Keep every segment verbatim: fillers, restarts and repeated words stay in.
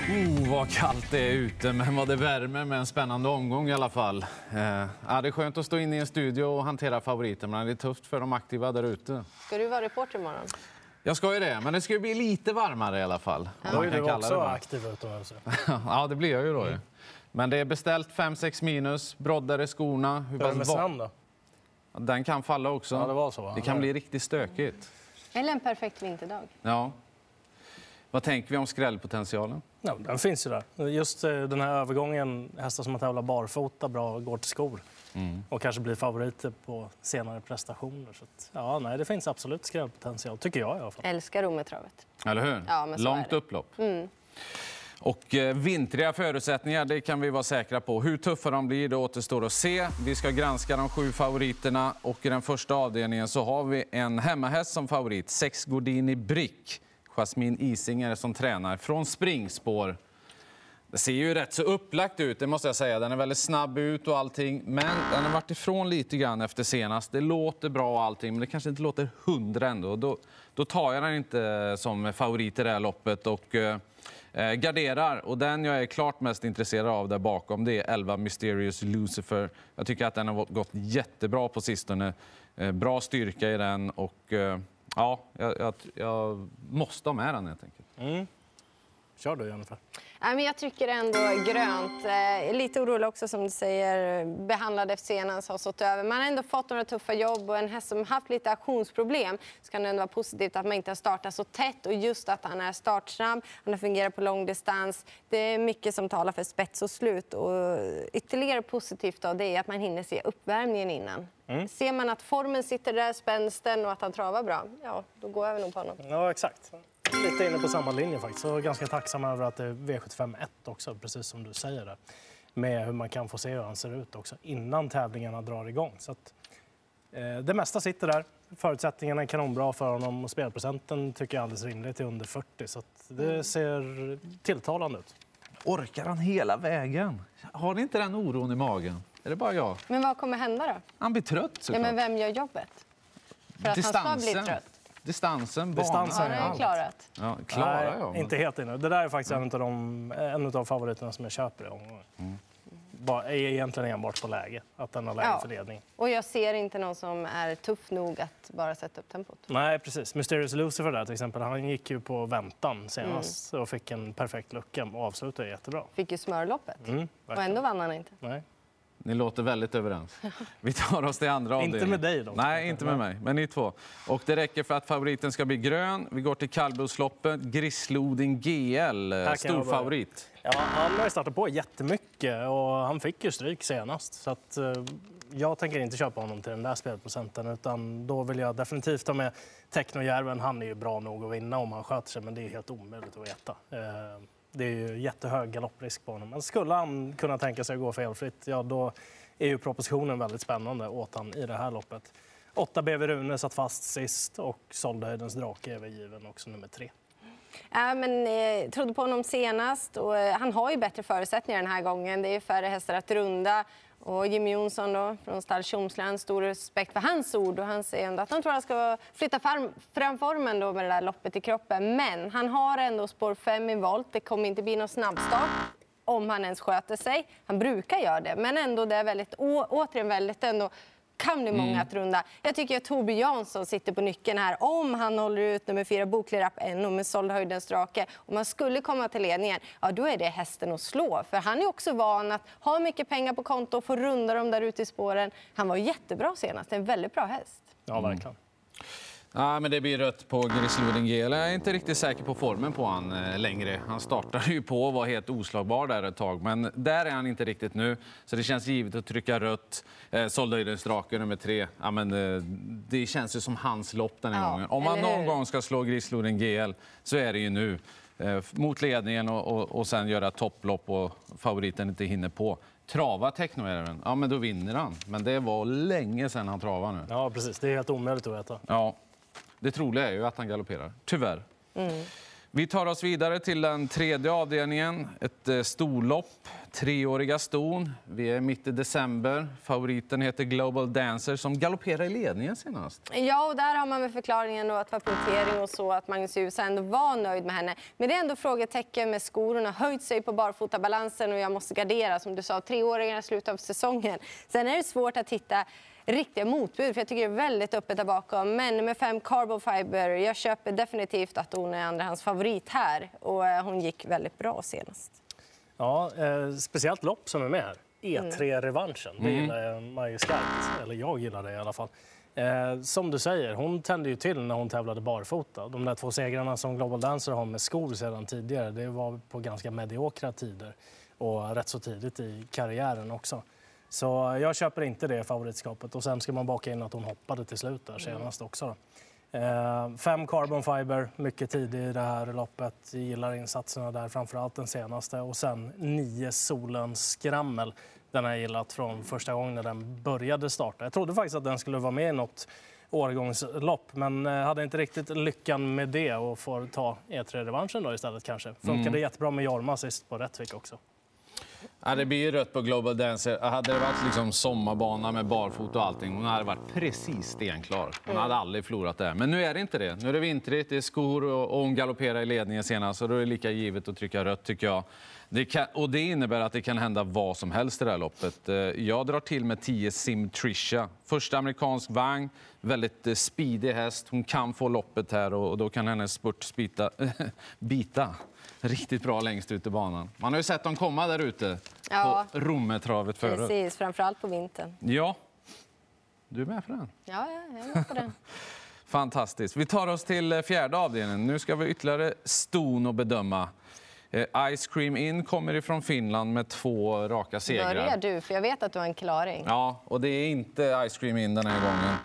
Oh, vad kallt det är ute, men vad det värmer med en spännande omgång i alla fall. Eh, ja, det är skönt att stå inne i en studio och hantera favoriter, men det är tufft för de aktiva där ute. Ska du vara reporter imorgon? Jag ska ju det, men det ska ju bli lite varmare i alla fall. Ja. Då är du också aktiv utomhus. Ja, det blir jag ju då. Mm. Men det är beställt fem sex minus, broddar i skorna. Hur är det med snön då? Den kan falla också. Ja, det var så, va? Det kan ja. bli riktigt stökigt. Eller en perfekt vinterdag. Ja. Vad tänker vi om skrällpotentialen? Ja, den finns ju där. Just den här övergången, hästar som att tävla barfota bra, går till skor. Mm. Och kanske blir favoriter på senare prestationer. Så att, ja, nej, det finns absolut skrällpotential, tycker jag i alla fall. Älskar Rometravet. Eller hur? Ja, men långt upplopp. Mm. Och eh, vintriga förutsättningar, det kan vi vara säkra på. Hur tuffa de blir, det återstår att se. Vi ska granska de sju favoriterna. Och i den första avdelningen så har vi en hemmahäst som favorit. Sex Gordini Brick. Jasmin Isinger som tränar från springspår. Det ser ju rätt så upplagt ut, det måste jag säga. Den är väldigt snabb ut och allting. Men den har varit ifrån lite grann efter senast. Det låter bra och allting, men det kanske inte låter hundra ändå. Då, då tar jag den inte som favorit i det här loppet och eh, garderar. Och den jag är klart mest intresserad av där bakom, det är elva Mysterious Lucifer. Jag tycker att den har gått jättebra på sistone. Eh, bra styrka i den och... Eh, Ja, jag, jag, jag måste ha med den helt enkelt. Mm. Kör du, Jennifer. Ja, men jag tycker ändå grönt. Eh, lite orolig också som du säger. Behandlad efter senast har stått över. Man har ändå fått några tuffa jobb och en häst som haft lite aktionsproblem. Så kan det ändå vara positivt att man inte har startat så tätt. Och just att han är startsnabb. Han har fungerat på lång distans. Det är mycket som talar för spets och slut. Och ytterligare positivt då, det är att man hinner se uppvärmningen innan. Mm. Ser man att formen sitter där, spänsten och att han travar bra, ja, då går jag nog på honom. Ja, exakt. Lite inne på samma linje faktiskt. Så ganska tacksam över att det är V sjuttiofem ett också, precis som du säger där. Med hur man kan få se hur han ser ut också innan tävlingarna drar igång. Så att, eh, det mesta sitter där. Förutsättningarna är kanonbra för honom och spelprocenten tycker jag är alldeles rimligt till under fyrtio. Så att det ser tilltalande ut. Orkar han hela vägen? Har ni inte den oron i magen? Är det bara jag? Men vad kommer hända då? Han blir trött såklart. Ja, men vem gör jobbet? För att Distansen. han ska bli trött. Distansen, banan. Distansen ja, det är klarat. Ja, klarar Nej, jag. inte helt inne. Det där är faktiskt mm. en av de en av favoriterna som jag köper i omgången. Mm. Bara, är egentligen enbart på läge, att den har läge ja. för ledning. Och jag ser inte någon som är tuff nog att bara sätta upp tempot. Nej, precis. Mysterious Lucifer där till exempel, han gick ju på väntan senast mm. och fick en perfekt lucka och avslutade jättebra. Fick ju smörloppet. Mm, och ändå vann han inte. Nej. Ni låter väldigt överens. Vi tar oss till andra avdelningen. Inte med dig då. Nej, inte med mig. Men ni två. Och det räcker för att favoriten ska bli grön. Vi går till kallblodsloppet. Grislodin G L. Stor favorit. Ja, han har startat på jättemycket och han fick ju stryk senast. Så att, eh, jag tänker inte köpa honom till den där spelprocenten. Utan då vill jag definitivt ta med Technojärven. Han är ju bra nog att vinna om han sköter sig. Men det är helt omöjligt att veta. Eh, Det är ju jättehög galopprisk på honom. Men skulle han kunna tänka sig att gå felfritt, ja då är ju propositionen väldigt spännande åt han i det här loppet. Åtta B V Rune satt fast sist och Såldhöjdens drake är given också nummer tre. Ja, men eh, trodde på honom senast och eh, han har ju bättre förutsättningar den här gången. Det är ju färre hästar att runda. Och Jimmy Jonsson då, från stall Tjomsland, stor respekt för hans ord och han säger ändå att han tror att han ska flytta fram, fram formen då med det där loppet i kroppen. Men han har ändå spår fem i volt, det kommer inte bli någon snabbstart om han ens sköter sig. Han brukar göra det, men ändå det är väldigt, å, återigen väldigt ändå kan bli många mm. att runda. Jag tycker att Torbjörn Jansson sitter på nyckeln här. Om han håller ut nummer fyra Boklerapp ännu med Såldhöjdens drake. Om man skulle komma till ledningen, ja då är det hästen att slå. För han är också van att ha mycket pengar på konto och få runda dem där ute i spåren. Han var jättebra senast, en väldigt bra häst. Ja, verkligen. Ja, men det blir rött på Grislodin G L. Jag är inte riktigt säker på formen på han eh, längre. Han startade ju på och var helt oslagbar där ett tag. Men där är han inte riktigt nu. Så det känns givet att trycka rött. Eh, Såldhöjdens drake nummer tre. Ja, men, eh, det känns ju som hans lopp den här ja, gången. Om man någon gång ska slå Grislodin G L så är det ju nu. Eh, mot ledningen och, och, och sen göra topplopp och favoriten inte hinner på. Trava Technojärven, ja men då vinner han. Men det var länge sedan han travade nu. Ja, precis. Det är helt omöjligt att veta. Ja. Det troliga är ju att han galopperar, tyvärr. Mm. Vi tar oss vidare till den tredje avdelningen. Ett eh, storlopp, treåriga ston. Vi är mitt i december. Favoriten heter Global Dancer som galopperar i ledningen senast. Ja, och där har man med förklaringen då att det var punktering och så att Magnus Djuse ändå var nöjd med henne. Men det är ändå frågetecken med skorna. Höjt sig på barfotabalansen och jag måste gardera som du sa. Treåringar i slutet av säsongen. Sen är det svårt att hitta riktiga motbud, för jag tycker det är väldigt öppet där bakom. Men med fem Carbon Fiber, jag köper definitivt att hon är andrahands favorit här. Och hon gick väldigt bra senast. Ja, eh, speciellt lopp som är med här. E tre-revanschen, det gillar man ju skarpt. Eller jag gillar det i alla fall. Eh, som du säger, hon tände ju till när hon tävlade barfota. De där två segrarna som Global Dancer har med skor sedan tidigare, det var på ganska mediokra tider. Och rätt så tidigt i karriären också. Så jag köper inte det favoritskapet. Och sen ska man baka in att hon hoppade till slut där senast också. Då. Eh, fem Carbon Fiber, mycket tid i det här loppet. Jag gillar insatserna där, framförallt den senaste. Och sen nio Solens Skrammel. Den har jag gillat från första gången när den började starta. Jag trodde faktiskt att den skulle vara med i något årgångslopp. Men eh, hade inte riktigt lyckan med det och får ta E tre-revanschen då istället kanske. Funkade mm. jättebra med Jorma sist på Rättvik också. Ja, det blir ju rött på Global Dancer. Hade det varit liksom sommarbana med barfot och allting, hon hade varit precis stenklar. Hon hade aldrig förlorat det. Men nu är det inte det. Nu är det vintrigt, det är skor och hon galopperar i ledningen senast. Så då är det lika givet att trycka rött tycker jag. Det kan, och det innebär att det kan hända vad som helst i det här loppet. Jag drar till med tio Sim Trisha. Första amerikansk vagn, väldigt speedig häst. Hon kan få loppet här och då kan hennes spurt spita, bita. Riktigt bra längst ut i banan. Man har ju sett dem komma där ute ja, på Rommetravet förut. Precis, framförallt på vintern. Ja, du är med för den. Ja, ja jag är med på den. Fantastiskt. Vi tar oss till fjärde avdelningen. Nu ska vi ytterligare ston och bedöma. Ice Cream In kommer ifrån Finland med två raka segrar. Börjar du, för jag vet att du har en klaring. Ja, och det är inte Ice Cream In den här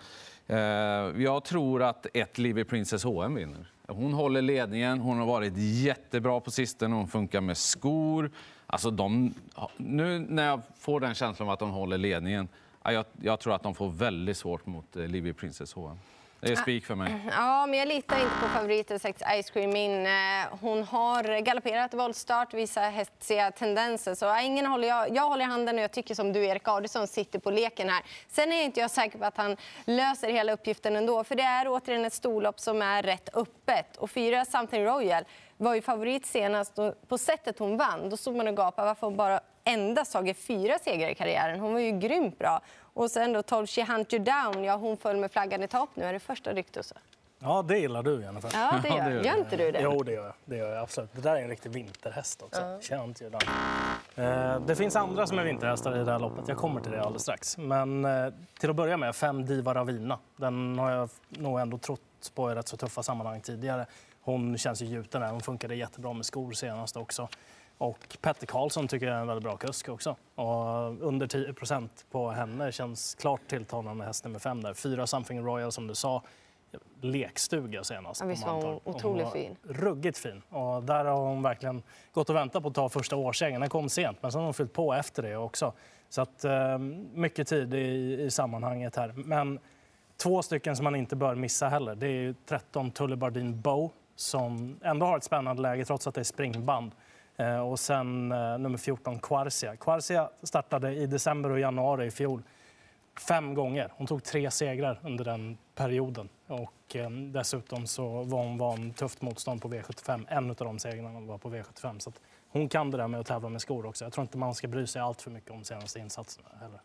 gången. Jag tror att ett Livy Princess H M vinner. Hon håller ledningen, hon har varit jättebra på sistone, hon funkar med skor. Alltså de, nu när jag får den känslan av att de håller ledningen, jag, jag tror att de får väldigt svårt mot Livy Princess H M. Det är spik för mig. Ja, men jag litar inte på favoriten sex Ice Cream In. Hon har galopperat voltstart, visar hästiga tendenser. Så ingen håller jag, jag håller i handen och jag tycker som du, Erik Adielsson, sitter på leken här. Sen är inte jag säker på att han löser hela uppgiften ändå. För det är återigen ett storlopp som är rätt öppet. Och fyra Something Royal var ju favorit senast. Och på sättet hon vann, då stod man och gapade varför hon bara endast tagit fyra segrar i karriären. Hon var ju grymt bra. Och sen då tolv She Hunt You Down, ja hon föll med flaggan i topp. Nu är det första ryktet. Ja, det gillar du i alla fall. Ja, det gör, gör inte du det? Jo, det gör jag. Det gör jag absolut. Det där är en riktig vinterhäst också. Uh. She Hunt You Down. Eh, det finns andra som är vinterhästar i det här loppet. Jag kommer till det alldeles strax. Men eh, till att börja med, fem Diva Ravina. Den har jag nog ändå trott på i rätt så tuffa sammanhang tidigare. Hon känns ju gjuten här. Hon funkade jättebra med skor senast också. Och Petter Karlsson tycker jag är en väldigt bra kusk också. Och under tio procent på henne känns klart tilltalande häst nummer fem där. Fyra Something Royal som du sa. Lekstuga senast. Ja, visst var hon otroligt fin. Ruggigt fin. Och där har hon verkligen gått och väntat på att ta första årsegen. Den kom sent, men sen har hon fyllt på efter det också. Så att eh, mycket tid i, i sammanhanget här. Men två stycken som man inte bör missa heller. Det är ju tretton Tullibardine Bow som ändå har ett spännande läge trots att det är springband. Eh, och sen eh, nummer fjorton Quarcia. Quarcia startade i december och januari i fjol fem gånger. Hon tog tre segrar under den perioden. Och eh, dessutom så var hon van tufft motstånd på V sjuttiofem. En av de segrarna var på V sjuttiofem. Så att hon kan det där med att tävla med skor också. Jag tror inte man ska bry sig allt för mycket om senaste insatserna heller.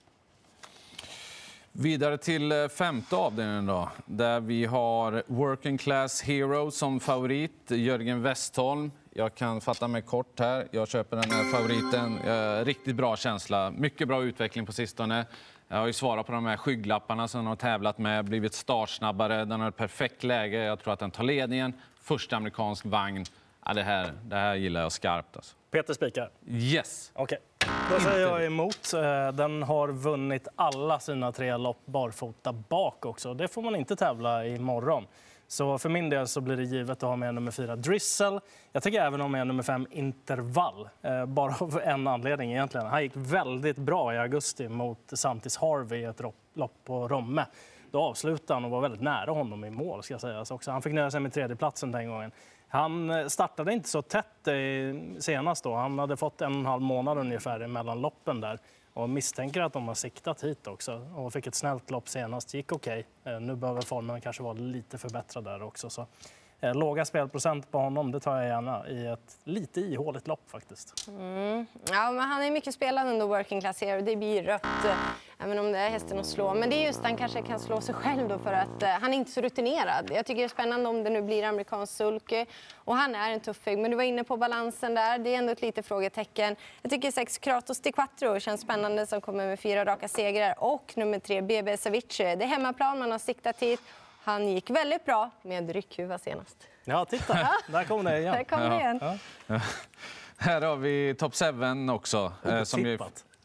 Vidare till femte avdelningen då, där vi har Working Class Hero som favorit, Jörgen Westholm. Jag kan fatta mig kort här. Jag köper den här favoriten. Eh, riktigt bra känsla. Mycket bra utveckling på sistone. Jag har ju svarat på de här skygglapparna som de har tävlat med. Blivit startsnabbare. Den har ett perfekt läge. Jag tror att den tar ledningen. Första amerikansk vagn. Ja, det, här, det här gillar jag skarpt. Alltså. Peter spikar? Yes. Okej. Okay. Då säger jag emot. Den har vunnit alla sina tre lopp barfota bak också. Det får man inte tävla imorgon. Så för min del så blir det givet att ha med nummer fyra Drizzle. Jag tycker även om med nummer fem Intervall. Eh, bara av en anledning egentligen. Han gick väldigt bra i augusti mot Santis Harvey i ett lopp på Romme. Då avslutade han och var väldigt nära honom i mål ska jag säga. Så också, han fick nöja sig med tredjeplatsen den gången. Han startade inte så tätt senast då. Han hade fått en och en halv månad ungefär mellan loppen där. Och misstänker att de har siktat hit också. Och fick ett snällt lopp senast, gick okej. Okay. Nu behöver formen kanske vara lite förbättrad där också. Så eh, låga spelprocent på honom, det tar jag gärna i ett lite ihåligt lopp faktiskt. Mm. Ja, men han är mycket spelad under working class här och det blir rött. Även om det är hästen att slå. Men det är just att han kanske kan slå sig själv då för att uh, han är inte så rutinerad. Jag tycker det är spännande om det nu blir amerikansk sulke. Och han är en tuffig. Men du var inne på balansen där. Det är ändå ett litet frågetecken. Jag tycker sex Kratos di Quattro känns spännande som kommer med fyra raka segrar. Och nummer tre B B Savice. Det är hemmaplan, man har siktat hit. Han gick väldigt bra med ryckhuva senast. Ja, titta. Ja. Där kom det igen. Där kom det igen. Ja. Ja. Här har vi Top Seven också. Eh, som ju...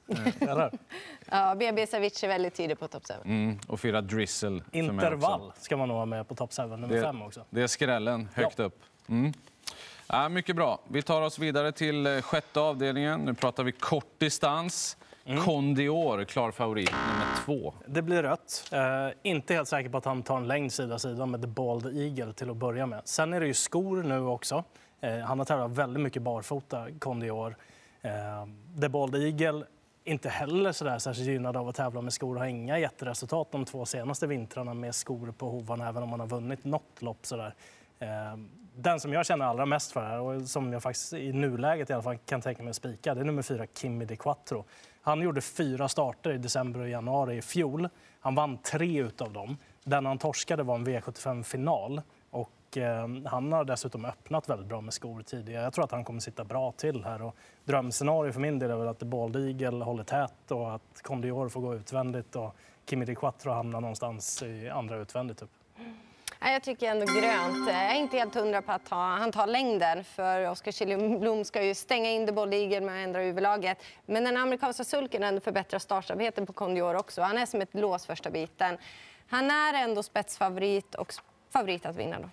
Ja, B B Savice är väldigt tydlig på Top Seven. Mm, och fyra Drizzle. Intervall ska man nog ha med på Top Seven, nummer det, fem också. Det är skrällen högt ja. upp. Mm. Ja, mycket bra. Vi tar oss vidare till sjätte avdelningen. Nu pratar vi kort distans. Mm. Condior, klar favorit, nummer två. Det blir rött. Eh, inte helt säker på att han tar en längd sida sida med The Bald Eagle till att börja med. Sen är det ju skor nu också. Eh, han har tävlat väldigt mycket barfota, Condior. Eh, The Bald Eagle, inte heller så där särskilt gynnad av att tävla med skor. Har inga jätteresultat de två senaste vintrarna med skor på hovarna, även om man har vunnit något lopp så där. Eh, den som jag känner allra mest för här och som jag faktiskt i nuläget i alla fall kan tänka mig att spika, det är nummer fyra Kimi di Quattro. Han gjorde fyra starter i december och januari i fjol. Han vann tre utav dem. Den han torskade var en V sjuttiofem-final. Och eh, han har dessutom öppnat väldigt bra med skor tidigare. Jag tror att han kommer sitta bra till här. Och drömscenario för min del är väl att The Bald Eagle håller tät och att Condior får gå utvändigt och Kimi di Quattro hamnar någonstans i andra utvändigt. Typ. Jag tycker ändå grönt. Jag är inte helt hundra på att ta, han tar längden. För Oskar Kihlblom ska ju stänga in The Bald Eagle med att ändra huvudlaget. Men den amerikanska sulken ändå förbättrar startsnabbheten på Condior också. Han är som ett lås första biten. Han är ändå spetsfavorit och favorit att vinna då.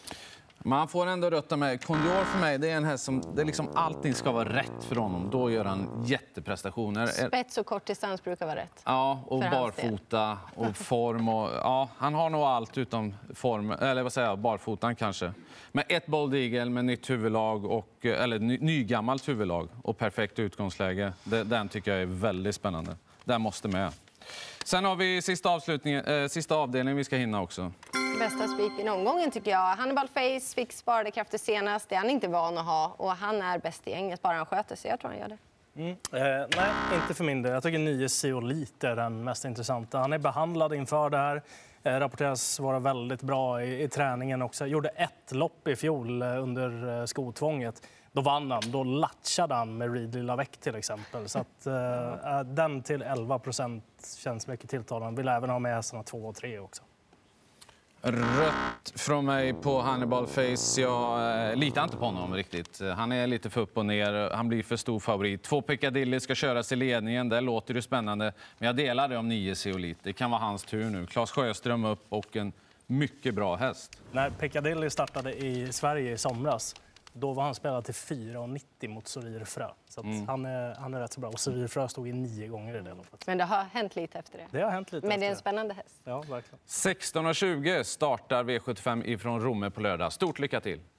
Man får ändå rötta med. Condior för mig, det är en häst som det liksom allting ska vara rätt för honom. Då gör han jätteprestationer. Spets och kort distans brukar vara rätt. Ja, och barfota och form och ja, han har nog allt utom form eller vad säger jag, barfotan kanske. Men ett Bald Eagle med nytt huvudlag och eller ny, nygammalt huvudlag och perfekt utgångsläge. Det, den tycker jag är väldigt spännande. Den måste med. Sen har vi sista avslutningen, eh, sista avdelningen vi ska hinna också. Bästa spiken i omgången tycker jag. Hannibal Face fick sparade krafter senast. Det är han inte van att ha. Och han är bäst i gänget, bara han sköter sig. Jag tror han gör det. Mm. Eh, nej, inte för min del. Jag tycker nio Zeolit är den mest intressanta. Han är behandlad inför det här. Eh, rapporteras vara väldigt bra i, i träningen också. Gjorde ett lopp i fjol eh, under eh, skotvånget. Då vann han. Då latchade han med Ridley Lavec till exempel. Så att, eh, den till elva procent känns mycket tilltalande. Vill även ha med hästarna två och tre också. Rött från mig på Hannibal Face. Jag eh, litar inte på honom riktigt. Han är lite för upp och ner. Han blir för stor favorit. Två Piccadilly ska köras i ledningen. Det låter ju spännande. Men jag delar det om nio Zeolit. Det kan vara hans tur nu. Claes Sjöström upp och en mycket bra häst. När Piccadilly startade i Sverige i somras, då var han spelad till fyra nittio mot Sorir Frö. Så att mm. han, är, han är rätt så bra. Och Sorir Frö stod i nio gånger i det loppet. Men det har hänt lite efter det. Det har hänt lite. Men det är en spännande häst. Ja, verkligen. sexton tjugo startar V sjuttiofem ifrån Romme på lördag. Stort lycka till!